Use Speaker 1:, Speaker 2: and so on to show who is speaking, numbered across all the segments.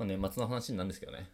Speaker 1: まあ年末の話なんですけどね。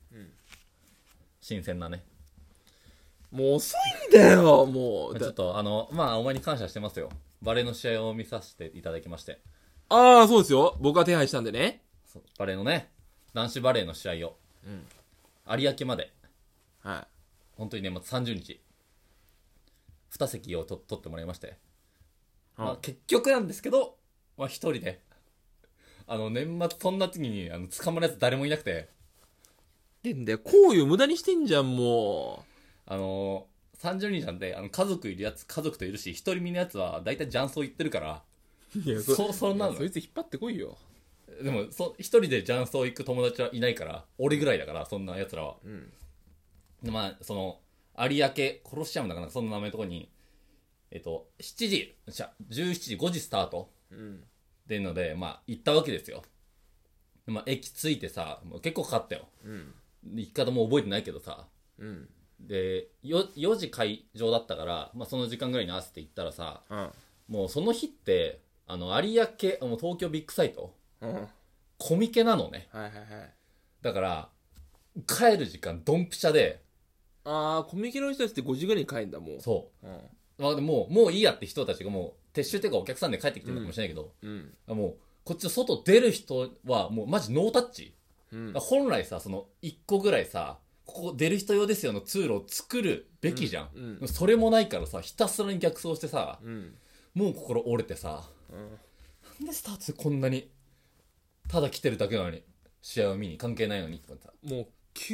Speaker 1: 新鮮なね。
Speaker 2: もう遅いんだよ、もう。
Speaker 1: ちょっとまあお前に感謝してますよ。バレーの試合を見させていただきまして。
Speaker 2: ああ、そうですよ。僕が手配したんでね。
Speaker 1: そうバレーのね、男子バレーの試合を、有明まで、
Speaker 2: は
Speaker 1: 本当に年末30日、2席を取ってもらいまして。まあ結局なんですけど、まあ一人で、年末そんな時に捕まるやつ誰もいなくて、
Speaker 2: い。でんだよ、行為を無駄にしてんじゃん、も
Speaker 1: 30人なんで、家族いるやつ、家族といるし、一人身のやつは大体雀荘行ってるから、
Speaker 2: う。いや、
Speaker 1: そんなの
Speaker 2: そいつ引っ張ってこいよ。
Speaker 1: でも一人で雀荘行く友達はいないから、俺ぐらいだから、そんなやつらは。でまあ、有明コロシアムだから、そんな名前のとこに、7時、17時、5時スタート。っていうので、まあ、行ったわけですよ。まあ、駅着いてさ、もう結構かかったよ。行き方も覚えてないけどさ。で、4時会場だったから、まあ、その時間ぐらいに合わせて行ったらさ、もうその日って、有明、もう東京ビッグサイト、コミケなのね。
Speaker 2: はいはいはい。
Speaker 1: だから、帰る時間ドンピシャで、
Speaker 2: ああ、コミケの人たちって5時ぐらいに帰るんだ、もう。
Speaker 1: そう。まあ、でもういいやって人たちがもう、撤収っていうかお客さんで帰ってきてるのかもしれないけど、もう、こっちの外出る人はもうマジノータッチ。本来さ、1個ぐらいさ、ここ出る人用ですよの通路を作るべきじゃん。それもないからさ、ひたすらに逆走してさ、もう心折れてさ、なんでスタートでこんなに、ただ来てるだけなのに、試合を見に関係ないのにとかさ。
Speaker 2: もう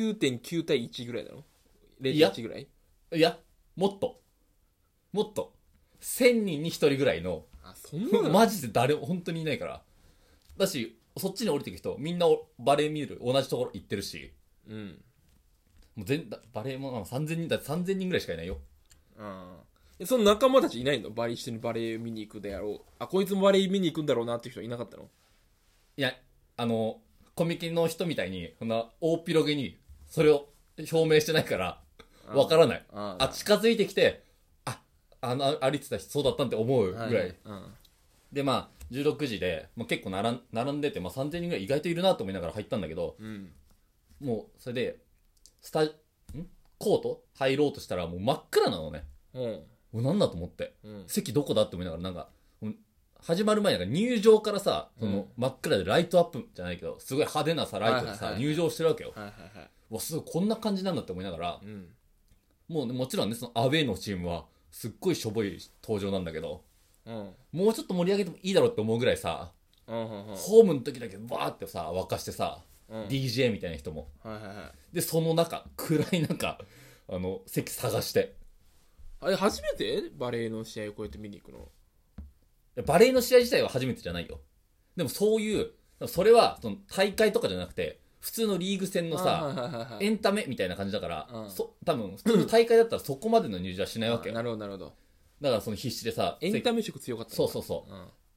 Speaker 2: 9.9 対1ぐらいなの？
Speaker 1: いや
Speaker 2: 0.1 ぐらい？
Speaker 1: いや、もっと、1000人に1人ぐらいの、
Speaker 2: あ、そんなの？
Speaker 1: マジで誰も本当にいないから。だし、そっちに降りてく人、みんなバレー見る、同じところ行ってるし、もうバレーも3000人、だって3000人ぐらいしかいないよ。
Speaker 2: その仲間たちいないの？一緒にバレー見に行くであろう。あ、こいつもバレー見に行くんだろうなっていう人いなかったの？
Speaker 1: いや、コミケの人みたいに、そんな大っ広げに、それを表明してないから、わからない。近づいてきて、歩いてた人そうだったんって思うぐらい。で、まあ、16時で、もう結構並んでて、まあ、3000人ぐらい意外といるなと思いながら入ったんだけど、もう、それで、コート入ろうとしたらもう真っ暗なのね。もうなんだと思って。席どこだって思いながら、なんか、始まる前になんか入場からさ、真っ暗でライトアップじゃないけど、すごい派手なさ、ライトでさ、入場してるわけよ。わ、すごいこんな感じなんだって思いながら、もちろんね、そのアウェーのチームは、すっごいしょぼい登場なんだけど、もうちょっと盛り上げてもいいだろうって思うぐらいさ、ホームの時だけバーってさ沸かしてさ、DJ みたいな人も、でその中暗い中席探して、
Speaker 2: あれ初めてバレーの試合をこうやって見に行くの？
Speaker 1: バレーの試合自体は初めてじゃないよ。でもそういうそれはその大会とかじゃなくて普通のリーグ戦のさ、エンタメみたいな感じだから、多分普通の大会だったらそこまでの入場はしないわけよ。
Speaker 2: なるほどなるほど。
Speaker 1: だからその必死でさ、
Speaker 2: エンタメ色強かった。
Speaker 1: そう、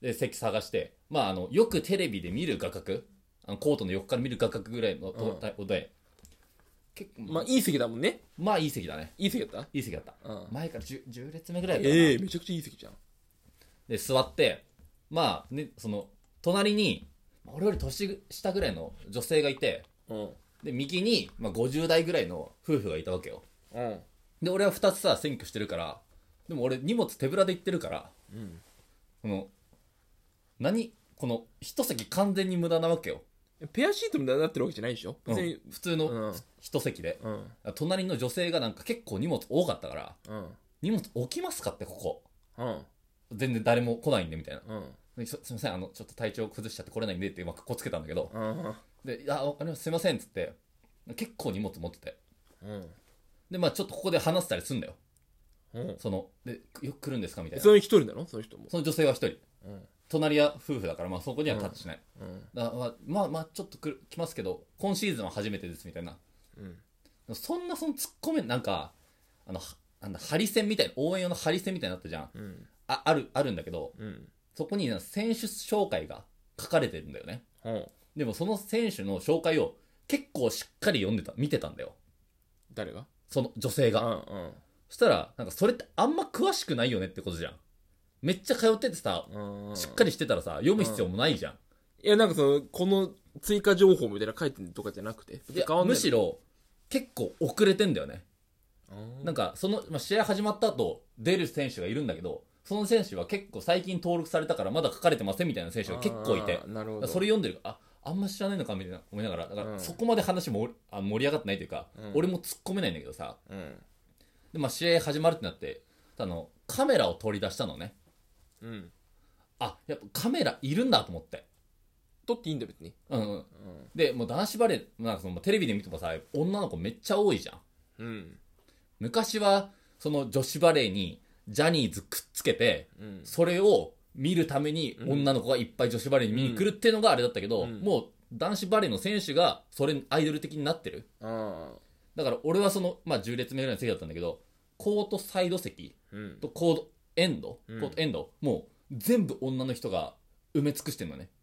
Speaker 1: で席探して、まあよくテレビで見る画角、コートの横から見る画角ぐらいので、
Speaker 2: 結構まあいい席だもんね。
Speaker 1: まあいい席だね。
Speaker 2: いい席だった？
Speaker 1: いい席だった。前から 10列目ぐらいだったかな。
Speaker 2: めちゃくちゃいい席じゃん。
Speaker 1: で座って、まあね、隣に俺より年下ぐらいの女性がいて、で右に、まあ、50代ぐらいの夫婦がいたわけよ。で俺は2つさ選挙してるから、でも俺荷物手ぶらで行ってるから、この一席完全に無駄なわけよ。
Speaker 2: ペアシートみたいになってるわけじゃないでしょ、別に、
Speaker 1: 普通の一席で、隣の女性がなんか結構荷物多かったから、荷物置きますかってここ、全然誰も来ないんでみたいな、すいませんちょっと体調崩しちゃって来れないんでってかっこつけたんだけど、で「すいません」っつって結構荷物持ってて、でまあちょっとここで話したりすんだよ。でよく来るんですかみたいな。
Speaker 2: その一人なの？その人も。
Speaker 1: その女性は一人、隣は夫婦だから、まあそこにはタッチしない。だからまあちょっと来ますけど今シーズンは初めてですみたいな。そんな突っ込めなんかなんだハリセンみたいな、応援用のハリセンみたいになったじゃん。あるんだけど、そこに選手紹介が書かれてるんだよね。でもその選手の紹介を結構しっかり見てたんだよ。
Speaker 2: 誰が？
Speaker 1: その女性が。そしたらなんかそれってあんま詳しくないよねってことじゃん。めっちゃ通っててさ、しっかりしてたらさ読む必要もないじゃん。
Speaker 2: いや、なんかこの追加情報みたいなの書いてるとかじゃなくて、
Speaker 1: いや
Speaker 2: 変わんないの
Speaker 1: むしろ結構遅れてんだよね。なんか試合始まった後出る選手がいるんだけど、その選手は結構最近登録されたからまだ書かれてませんみたいな選手が結構いて、
Speaker 2: なるほど。
Speaker 1: それ読んでるあんま知らないのかみたいな思いながら、だからそこまで話も盛り上がってないというか、俺も突っ込めないんだけどさ、で試合始まるってなってカメラを取り出したのね。やっぱカメラいるんだと思って。
Speaker 2: 撮っていいんだよ別に。
Speaker 1: でもう男子バレーなんかテレビで見てもさ、女の子めっちゃ多いじゃん。昔は女子バレーにジャニーズくっつけて、それを見るために女の子がいっぱい女子バレーに見に来るっていうのがあれだったけど、もう男子バレーの選手がそれアイドル的になってる。だから俺は10列目ぐらいの席だったんだけど、コートサイド席とコートエンド、もう全部女の人が埋め尽くしてんのね。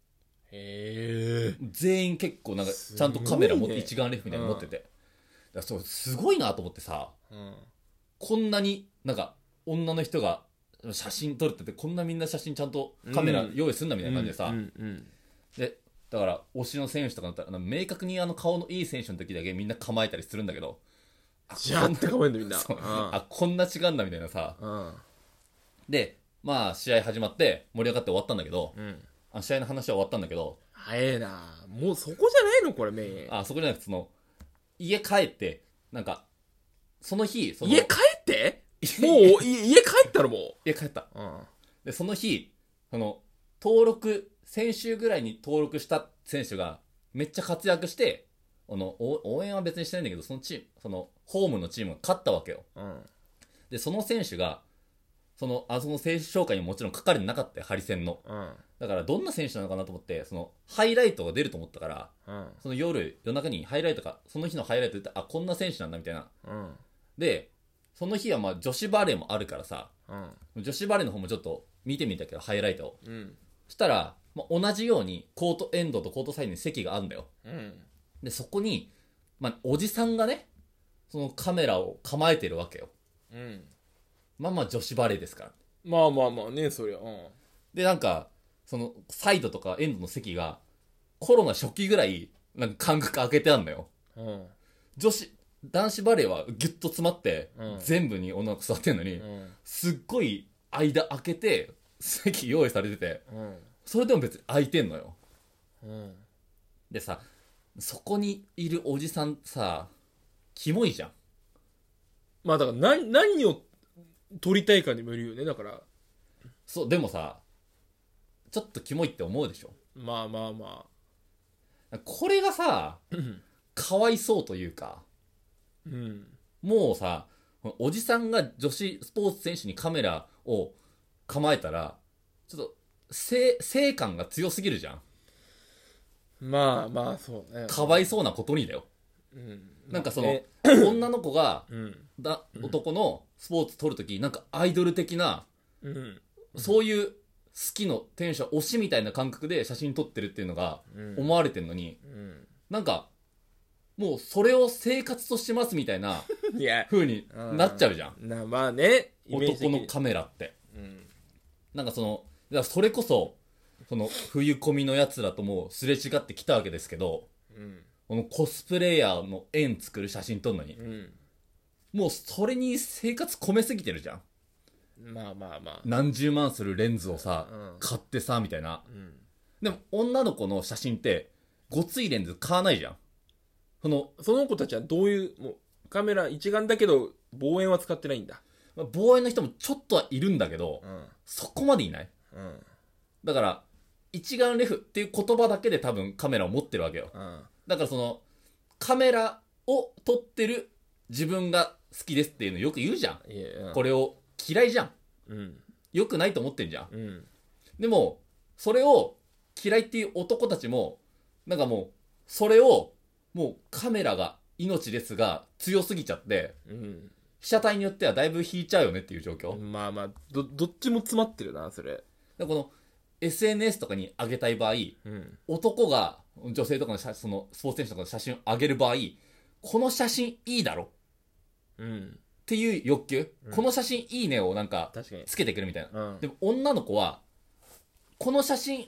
Speaker 1: 全員結構なんかちゃんとカメラ持って、一眼レフみたいなの持ってて、だからすごいなと思ってさ、こんなになんか女の人が写真撮るってて、こんなみんな写真ちゃんとカメラ用意すんだみたいな感じでさ、でだから推しの選手とかだったら明確に顔のいい選手の時だけみんな構えたりするんだけど、
Speaker 2: じゃあって構えんだみんな。
Speaker 1: こんな違うんだみたいなさ。で試合始まって盛り上がって終わったんだけど、試合の話は終わったんだけど、
Speaker 2: 早えな。もうそこじゃないのこれメイン。
Speaker 1: そこじゃなくて家帰ってなんかその日
Speaker 2: 家帰ってもう家帰ったらもう
Speaker 1: 家帰った、でその日登録先週ぐらいに登録した選手がめっちゃ活躍して、応援は別にしてないんだけど、そのチームホームのチームが勝ったわけよ。でその選手がその選手紹介にもちろん書かれてなかったよ、ハリセンの。だからどんな選手なのかなと思って、ハイライトが出ると思ったから、夜中にハイライトか、その日のハイライトでこんな選手なんだみたいな。でその日は女子バレーもあるからさ、女子バレーの方もちょっと見てみたけどハイライトを、そしたら、同じようにコートエンドとコートサイドに席があるんだよ。でそこに、おじさんがねそのカメラを構えてるわけよ。女子バレーですから。
Speaker 2: まあね、そりゃ。
Speaker 1: でなんかサイドとかエンドの席がコロナ初期ぐらいなんか間隔空けてあんのよ。男子バレーはギュッと詰まって、全部に女の子座ってんのに、すっごい間空けて席用意されてて、それでも別に空いてんのよ。でさ、そこにいるおじさんさ、キモいじゃん。
Speaker 2: だから何を撮りたいかにもよるよね。だから
Speaker 1: そう、でもさちょっとキモいって思うでしょ。これがさかわいそうというか、もうさおじさんが女子スポーツ選手にカメラを構えたらちょっと性感が強すぎるじゃん。
Speaker 2: そうね。
Speaker 1: かわいそうなことにだよ。なんか女の子が、男のスポーツ撮るときなんかアイドル的な、そういう好きのテンション推しみたいな感覚で写真撮ってるっていうのが思われてんのに、なんかもうそれを生活としてますみたいな風になっちゃうじゃん。男のカメラって、なんかだからそれこそ冬込みのやつらともすれ違ってきたわけですけど、このコスプレイヤーの円作る写真撮るのに、もうそれに生活込めすぎてるじゃん。何十万するレンズをさ、買ってさみたいな、でも女の子の写真ってごついレンズ買わないじゃん。
Speaker 2: その子たちはどういうもうカメラ一眼だけど望遠は使ってないんだ。
Speaker 1: 望遠の人もちょっとはいるんだけど、そこまでいない、だから一眼レフっていう言葉だけで多分カメラを持ってるわけよ。だからカメラを撮ってる自分が好きですっていうのよく言うじゃん。これを嫌いじゃん、よくないと思ってんじゃん、でもそれを嫌いっていう男たちもなんかもうそれをもうカメラが命ですが強すぎちゃって、被写体によってはだいぶ引いちゃうよねっていう状況。
Speaker 2: どっちも詰まってるなそれ。
Speaker 1: この SNS とかに上げたい場合、男が女性とかのスポーツ選手とかの写真を上げる場合、この写真いいだろ、っていう欲求、この写真いいねをなんかつけてくるみたいな、でも女の子はこの写真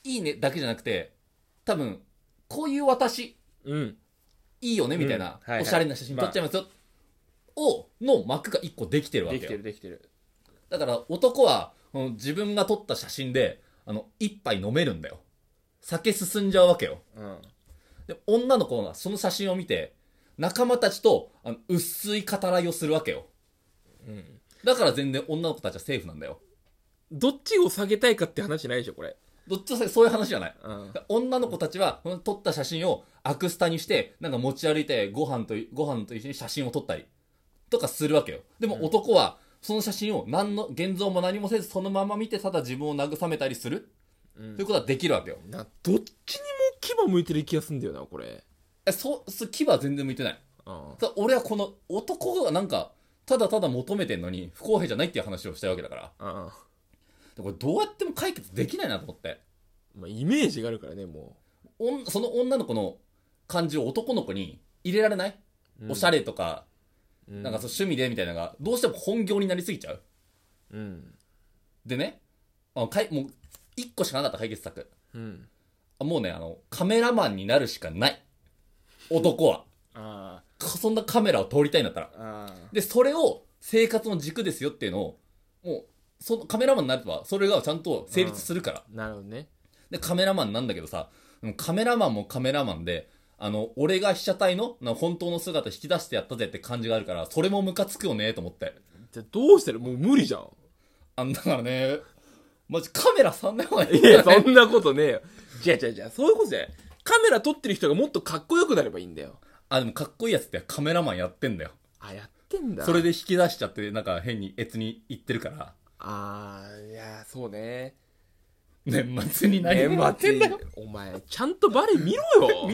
Speaker 1: いいねだけじゃなくて、多分、こういう私、
Speaker 2: うん。
Speaker 1: いいよねみたいな、
Speaker 2: うんはいはい、
Speaker 1: おしゃれな写真撮っちゃいますよ、の幕が一個できてるわけよ。
Speaker 2: できてるできてる。
Speaker 1: だから男は、自分が撮った写真で、一杯飲めるんだよ。酒進んじゃうわけよ。
Speaker 2: うん。
Speaker 1: で、女の子がその写真を見て、仲間たちと、薄い語らいをするわけよ。
Speaker 2: うん。
Speaker 1: だから全然女の子たちはセーフなんだよ。
Speaker 2: どっちを下げたいかって話じゃないでしょ、これ。
Speaker 1: どっちもそういう話じゃない。
Speaker 2: うん。
Speaker 1: 女の子たちは、撮った写真をアクスタにして、なんか持ち歩いてご飯と一緒に写真を撮ったり、とかするわけよ。でも男は、その写真を現像も何もせずそのまま見て、ただ自分を慰めたりする、ということはできるわけよ。
Speaker 2: どっちにも牙向いてる気がすんだよな、これ。
Speaker 1: 牙は全然向いてない。俺はこの男がなんか、ただただ求めてんのに不公平じゃないっていう話をしたいわけだから。これどうやっても解決できないなと思って。
Speaker 2: まあ、イメージがあるからね、も
Speaker 1: その女の子の感じを男の子に入れられない、おしゃれとか、なんかそう趣味でみたいなのが、どうしても本業になりすぎちゃう。でね、もう一個しかなかった解決策。もうね、カメラマンになるしかない。男は。そんなカメラを撮りたいんだったら。で、それを生活の軸ですよっていうのを、もう、そのカメラマンになれば、それがちゃんと成立するから。
Speaker 2: なるほどね。
Speaker 1: で、カメラマンなんだけどさ、カメラマンもカメラマンで、俺が被写体の本当の姿引き出してやったぜって感じがあるから、それもムカつくよねと思って。
Speaker 2: じゃあどうしてる？もう無理じゃん。
Speaker 1: だからね、マジカメラ3年前
Speaker 2: いや、そんなことねえよ。じゃあ、そういうことじゃない。カメラ撮ってる人がもっとかっこよくなればいいんだよ。
Speaker 1: でもかっこいいやつってカメラマンやってんだよ。
Speaker 2: やってんだ。
Speaker 1: それで引き出しちゃって、なんか変に越に言ってるから。
Speaker 2: いや、そうね。
Speaker 1: 年末に何やってんだよ。
Speaker 2: お前、ちゃんとバレ見ろよ。